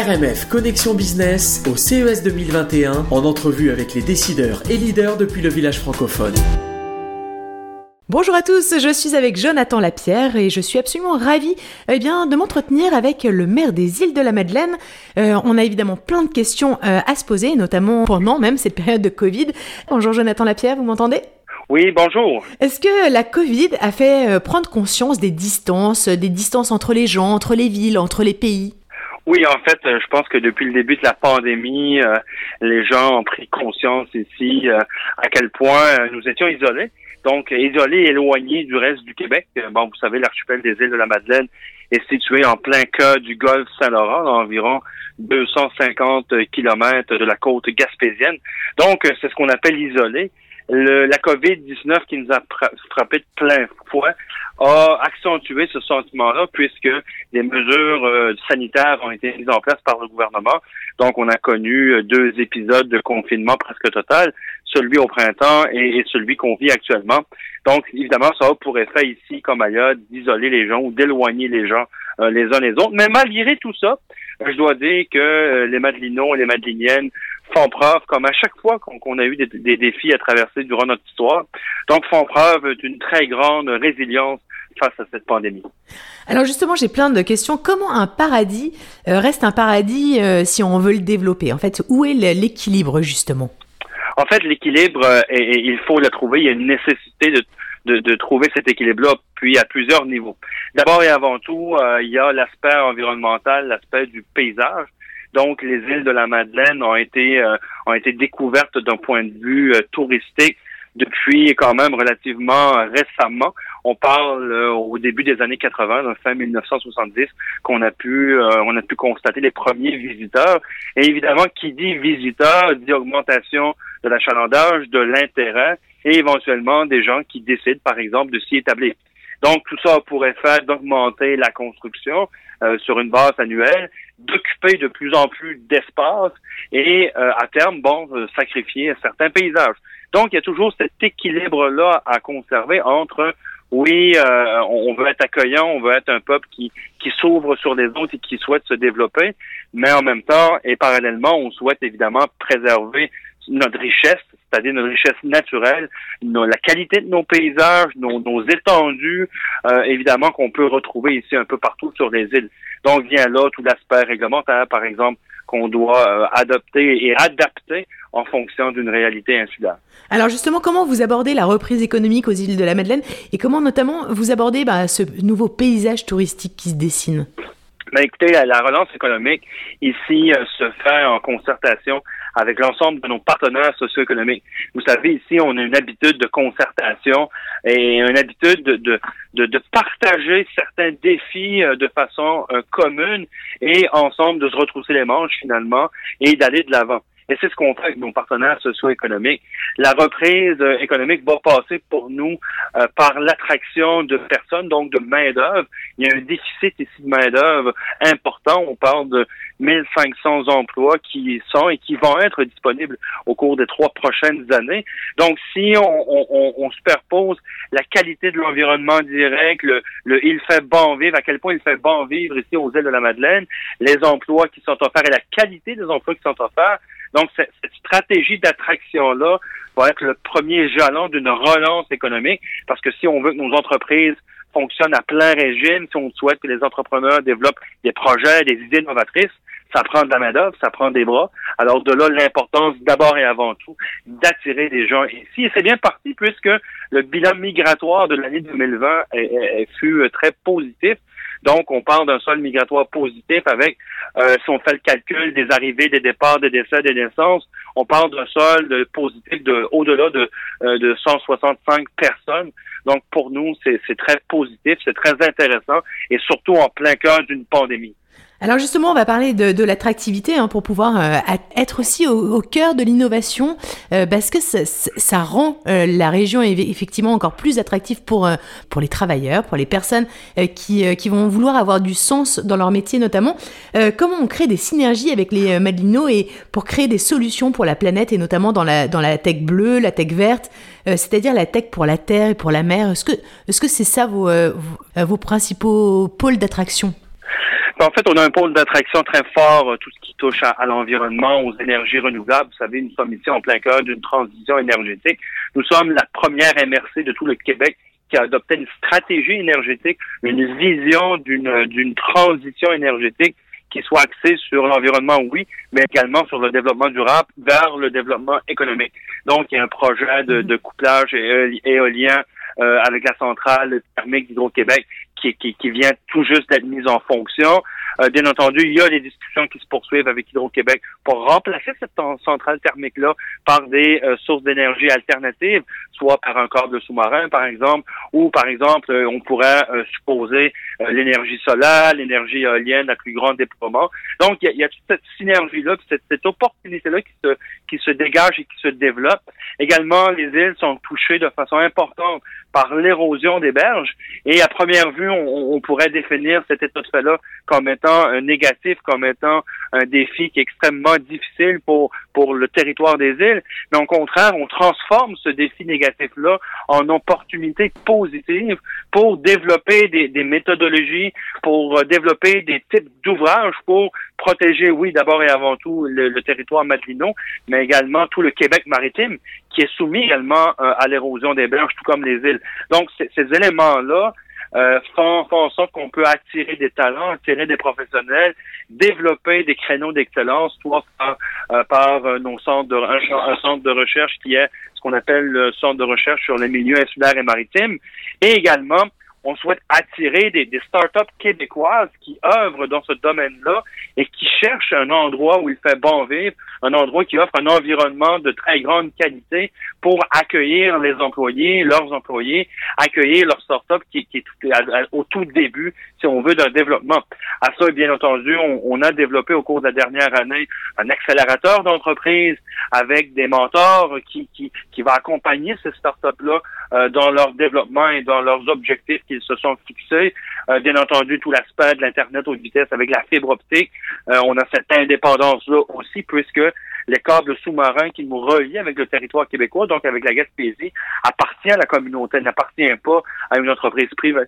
RMF Connexion Business au CES 2021 en entrevue avec les décideurs et leaders depuis le village francophone. Bonjour à tous, je suis avec Jonathan Lapierre et je suis absolument ravie de m'entretenir avec le maire des Îles de la Madeleine. On a évidemment plein de questions à se poser, notamment pendant même cette période de Covid. Bonjour Jonathan Lapierre, vous m'entendez ? Oui, bonjour. Est-ce que la Covid a fait prendre conscience des distances entre les gens, entre les villes, entre les pays ? Oui, en fait, je pense que depuis le début de la pandémie, les gens ont pris conscience ici à quel point nous étions isolés. Donc, isolés, éloignés du reste du Québec. Bon, vous savez, l'archipel des Îles de la Madeleine est situé en plein cœur du golfe Saint-Laurent, à environ 250 kilomètres de la côte gaspésienne. Donc, c'est ce qu'on appelle isolé. La COVID-19 qui nous a frappé de plein fouet a accentué ce sentiment-là puisque des mesures sanitaires ont été mises en place par le gouvernement. Donc, on a connu 2 épisodes de confinement presque total, celui au printemps et celui qu'on vit actuellement. Donc, évidemment, ça a pour effet ici, comme ailleurs, d'isoler les gens ou d'éloigner les gens les uns les autres. Mais malgré tout ça, je dois dire que les Madelinots et les Madeliniennes font preuve, comme à chaque fois qu'on a eu des défis à traverser durant notre histoire, donc font preuve d'une très grande résilience face à cette pandémie. Alors justement, j'ai plein de questions. Comment un paradis reste un paradis si on veut le développer ? En fait, où est l'équilibre justement ? En fait, l'équilibre, il faut le trouver. Il y a une nécessité de trouver cet équilibre-là, puis à plusieurs niveaux. D'abord et avant tout, il y a l'aspect environnemental, l'aspect du paysage. Donc, les îles de la Madeleine ont été découvertes d'un point de vue touristique depuis quand même relativement récemment. On parle au début des années 80, dans fin 1970, qu'on a pu constater les premiers visiteurs. Et évidemment, qui dit visiteur dit augmentation de l'achalandage, de l'intérêt et éventuellement des gens qui décident, par exemple, de s'y établir. Donc, tout ça a pour effet d'augmenter la construction sur une base annuelle, d'occuper de plus en plus d'espace et, à terme, sacrifier certains paysages. Donc, il y a toujours cet équilibre-là à conserver entre, oui, on veut être accueillant, on veut être un peuple qui s'ouvre sur les autres et qui souhaite se développer, mais en même temps et parallèlement, on souhaite évidemment préserver notre richesse, c'est-à-dire notre richesse naturelle, la qualité de nos paysages, nos étendues, évidemment qu'on peut retrouver ici un peu partout sur les îles. Donc vient là tout l'aspect réglementaire, par exemple, qu'on doit adopter et adapter en fonction d'une réalité insulaire. Alors justement, comment vous abordez la reprise économique aux îles de la Madeleine et comment notamment vous abordez ce nouveau paysage touristique qui se dessine ? Écoutez, la relance économique ici se fait en concertation avec l'ensemble de nos partenaires socio-économiques. Vous savez, ici, on a une habitude de concertation et une habitude de partager certains défis de façon commune et ensemble de se retrousser les manches finalement et d'aller de l'avant. Et c'est ce qu'on fait avec nos partenaires socio-économiques. La reprise économique va passer pour nous par l'attraction de personnes, donc de main-d'œuvre. Il y a un déficit ici de main-d'œuvre important. On parle de 1500 emplois qui sont et qui vont être disponibles au cours des 3 prochaines années. Donc, si on superpose la qualité de l'environnement direct, le il fait bon vivre, à quel point il fait bon vivre ici aux îles de la Madeleine, les emplois qui sont offerts et la qualité des emplois qui sont offerts. Donc, cette stratégie d'attraction-là va être le premier jalon d'une relance économique parce que si on veut que nos entreprises fonctionnent à plein régime, si on souhaite que les entrepreneurs développent des projets, des idées novatrices, ça prend de la main-d'œuvre, ça prend des bras. Alors, de là, l'importance, d'abord et avant tout, d'attirer des gens ici. Et c'est bien parti puisque le bilan migratoire de l'année 2020 fut très positif. Donc, on parle d'un solde migratoire positif avec, si on fait le calcul des arrivées, des départs, des décès, des naissances, on parle d'un solde positif au-delà de 165 personnes. Donc, pour nous, c'est très positif, c'est très intéressant et surtout en plein cœur d'une pandémie. Alors justement, on va parler de l'attractivité pour pouvoir être aussi au cœur de l'innovation parce que ça rend la région effectivement encore plus attractive pour les travailleurs, pour les personnes qui vont vouloir avoir du sens dans leur métier notamment. Comment on crée des synergies avec les Madelinots et pour créer des solutions pour la planète et notamment dans la tech bleue, la tech verte, c'est-à-dire la tech pour la terre et pour la mer. Est-ce que c'est ça vos principaux pôles d'attraction ? En fait, on a un pôle d'attraction très fort, tout ce qui touche à l'environnement, aux énergies renouvelables. Vous savez, nous sommes ici en plein cœur d'une transition énergétique. Nous sommes la première MRC de tout le Québec qui a adopté une stratégie énergétique, une vision d'une transition énergétique qui soit axée sur l'environnement, oui, mais également sur le développement durable vers le développement économique. Donc, il y a un projet de couplage éolien avec la centrale thermique d'Hydro-Québec qui vient tout juste d'être mise en fonction. Bien entendu, il y a des discussions qui se poursuivent avec Hydro-Québec pour remplacer cette centrale thermique-là par des sources d'énergie alternatives, soit par un câble sous-marin, par exemple, ou, par exemple, on pourrait supposer l'énergie solaire, l'énergie éolienne à plus grand déploiement. Donc, il y a toute cette synergie-là, cette opportunité-là qui se dégage et qui se développe. Également, les îles sont touchées de façon importante par l'érosion des berges, et à première vue, on pourrait définir cet état de fait-là comme étant négatif, comme étant un défi qui est extrêmement difficile pour le territoire des îles. Mais au contraire, on transforme ce défi négatif-là en opportunité positive pour développer des méthodologies, pour développer des types d'ouvrages pour protéger, oui, d'abord et avant tout le territoire madelinois, mais également tout le Québec maritime qui est soumis également à l'érosion des berges, tout comme les îles. Donc, ces éléments-là font en sorte qu'on peut attirer des talents, attirer des professionnels, développer des créneaux d'excellence, soit par nos centres un centre de recherche qui est ce qu'on appelle le centre de recherche sur les milieux insulaires et maritimes, et également on souhaite attirer des startups québécoises qui œuvrent dans ce domaine-là et qui cherchent un endroit où il fait bon vivre, un endroit qui offre un environnement de très grande qualité pour accueillir les employés, leurs employés, accueillir leur startup qui est au tout début, si on veut, d'un développement. À ça, bien entendu, on a développé au cours de la dernière année un accélérateur d'entreprise avec des mentors qui va accompagner ces startups-là dans leur développement et dans leurs objectifs qu'ils se sont fixés. Bien entendu, tout l'aspect de l'Internet haute vitesse avec la fibre optique. On a cette indépendance-là aussi, puisque les câbles sous-marins qui nous relient avec le territoire québécois, donc avec la Gaspésie, appartient à la communauté, n'appartient pas à une entreprise privée.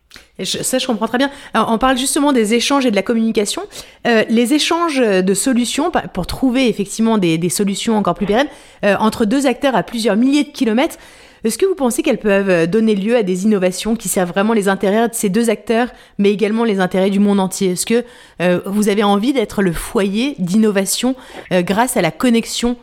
Ça, je comprends très bien. Alors, on parle justement des échanges et de la communication. Les échanges de solutions, pour trouver effectivement des solutions encore plus pérennes, entre deux acteurs à plusieurs milliers de kilomètres, est-ce que vous pensez qu'elles peuvent donner lieu à des innovations qui servent vraiment les intérêts de ces deux acteurs, mais également les intérêts du monde entier? Est-ce que vous avez envie d'être le foyer d'innovation grâce à la connexion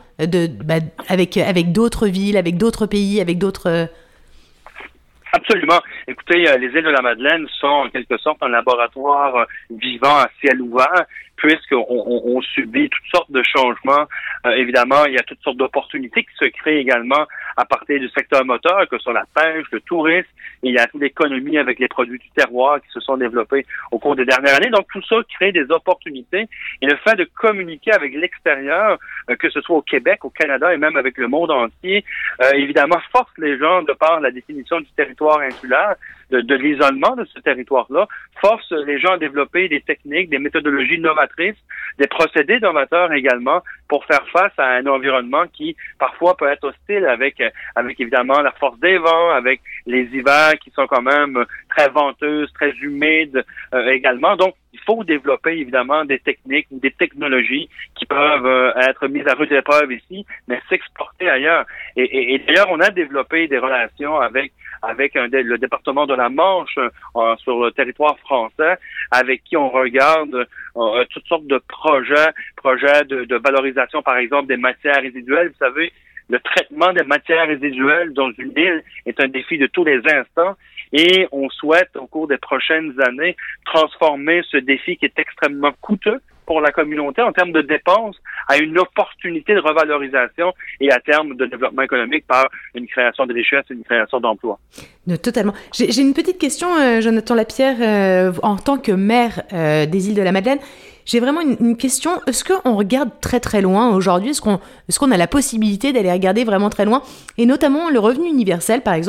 avec d'autres villes, avec d'autres pays, avec d'autres... Absolument. Écoutez, les îles de la Madeleine sont en quelque sorte un laboratoire vivant à ciel ouvert, puisqu'on subit toutes sortes de changements. Évidemment, il y a toutes sortes d'opportunités qui se créent également à partir du secteur moteur, que sont la pêche, le tourisme, et il y a toute l'économie avec les produits du terroir qui se sont développés au cours des dernières années. Donc, tout ça crée des opportunités. Et le fait de communiquer avec l'extérieur, que ce soit au Québec, au Canada et même avec le monde entier, évidemment, force les gens, de par la définition du territoire insulaire, de l'isolement de ce territoire-là, force les gens à développer des techniques, des méthodologies novatrices, des procédés novateurs également pour faire face à un environnement qui parfois peut être hostile avec évidemment la force des vents, avec les hivers qui sont quand même très venteuses, très humides également. Donc, il faut développer évidemment des techniques, des technologies qui peuvent être mises à rude épreuve ici, mais s'exporter ailleurs. Et d'ailleurs, on a développé des relations avec le département de la Manche sur le territoire français, avec qui on regarde toutes sortes de projets de valorisation, par exemple, des matières résiduelles. Vous savez, le traitement des matières résiduelles dans une île est un défi de tous les instants. Et on souhaite, au cours des prochaines années, transformer ce défi qui est extrêmement coûteux pour la communauté en termes de dépenses à une opportunité de revalorisation et à terme de développement économique par une création de richesse et une création d'emplois. Totalement. J'ai une petite question, Jonathan Lapierre, en tant que maire des îles de la Madeleine. J'ai vraiment une question. Est-ce qu'on regarde très très loin aujourd'hui? Est-ce qu'on a la possibilité d'aller regarder vraiment très loin? Et notamment le revenu universel, par exemple,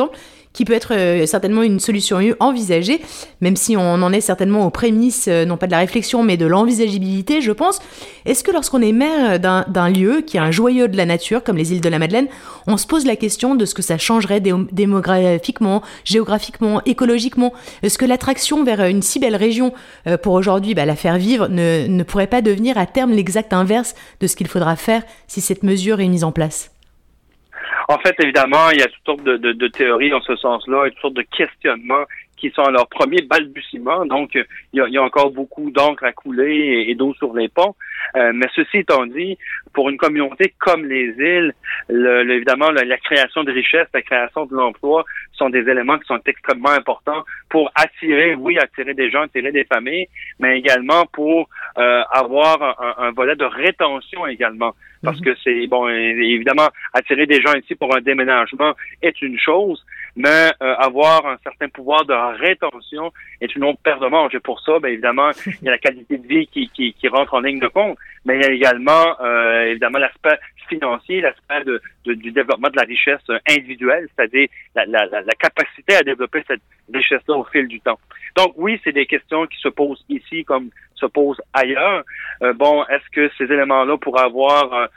qui peut être certainement une solution envisagée, même si on en est certainement aux prémices, non pas de la réflexion, mais de l'envisageabilité, je pense. Est-ce que lorsqu'on est maire d'un lieu qui est un joyau de la nature, comme les îles de la Madeleine, on se pose la question de ce que ça changerait démographiquement, géographiquement, écologiquement? Est-ce que l'attraction vers une si belle région pour aujourd'hui la faire vivre ne pourrait pas devenir à terme l'exact inverse de ce qu'il faudra faire si cette mesure est mise en place? En fait, évidemment, il y a toutes sortes de théories dans ce sens-là et toutes sortes de questionnements qui sont à leur premier balbutiement. Donc, il y a encore beaucoup d'encre à couler et d'eau sur les ponts. Mais ceci étant dit, pour une communauté comme les îles, évidemment, la création de richesses, la création de l'emploi sont des éléments qui sont extrêmement importants pour attirer des gens, attirer des familles, mais également pour avoir un volet de rétention également. Parce que c'est, évidemment, attirer des gens ici pour un déménagement est une chose, mais avoir un certain pouvoir de rétention est une autre paire de manches. Et pour ça, évidemment, il y a la qualité de vie qui rentre en ligne de compte, mais il y a également, évidemment, l'aspect financier, l'aspect du développement de la richesse individuelle, c'est-à-dire la capacité à développer cette richesse-là au fil du temps. Donc oui, c'est des questions qui se posent ici comme se posent ailleurs. Est-ce que ces éléments-là pourraient avoir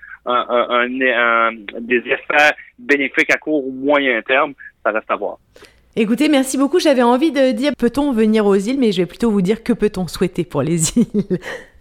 des effets bénéfiques à court ou moyen terme? Ça reste à voir. Écoutez, merci beaucoup. J'avais envie de dire peut-on venir aux îles, mais je vais plutôt vous dire que peut-on souhaiter pour les îles.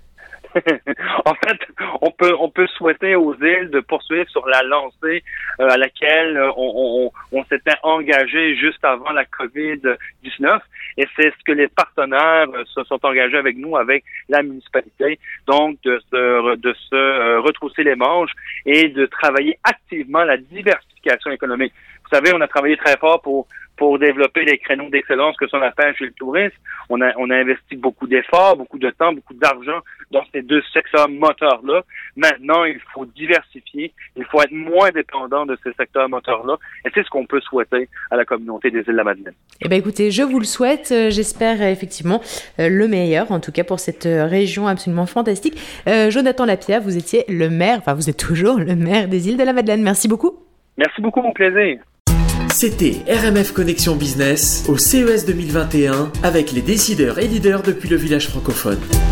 En fait, on peut souhaiter aux îles de poursuivre sur la lancée à laquelle on s'était engagé juste avant la COVID-19, et c'est ce que les partenaires se sont engagés avec nous, avec la municipalité, donc de se retrousser les manches et de travailler activement la diversification économique. Vous savez, on a travaillé très fort pour développer les créneaux d'excellence que sont la pêche et le tourisme. On a investi beaucoup d'efforts, beaucoup de temps, beaucoup d'argent dans ces deux secteurs moteurs-là. Maintenant, il faut diversifier. Il faut être moins dépendant de ces secteurs moteurs-là. Et c'est ce qu'on peut souhaiter à la communauté des îles de la Madeleine. Eh bien, écoutez, je vous le souhaite. J'espère effectivement le meilleur, en tout cas pour cette région absolument fantastique. Jonathan Lapierre, vous étiez le maire, enfin vous êtes toujours le maire des îles de la Madeleine. Merci beaucoup. Merci beaucoup, mon plaisir. C'était RMF Connexion Business au CES 2021 avec les décideurs et leaders depuis le village francophone.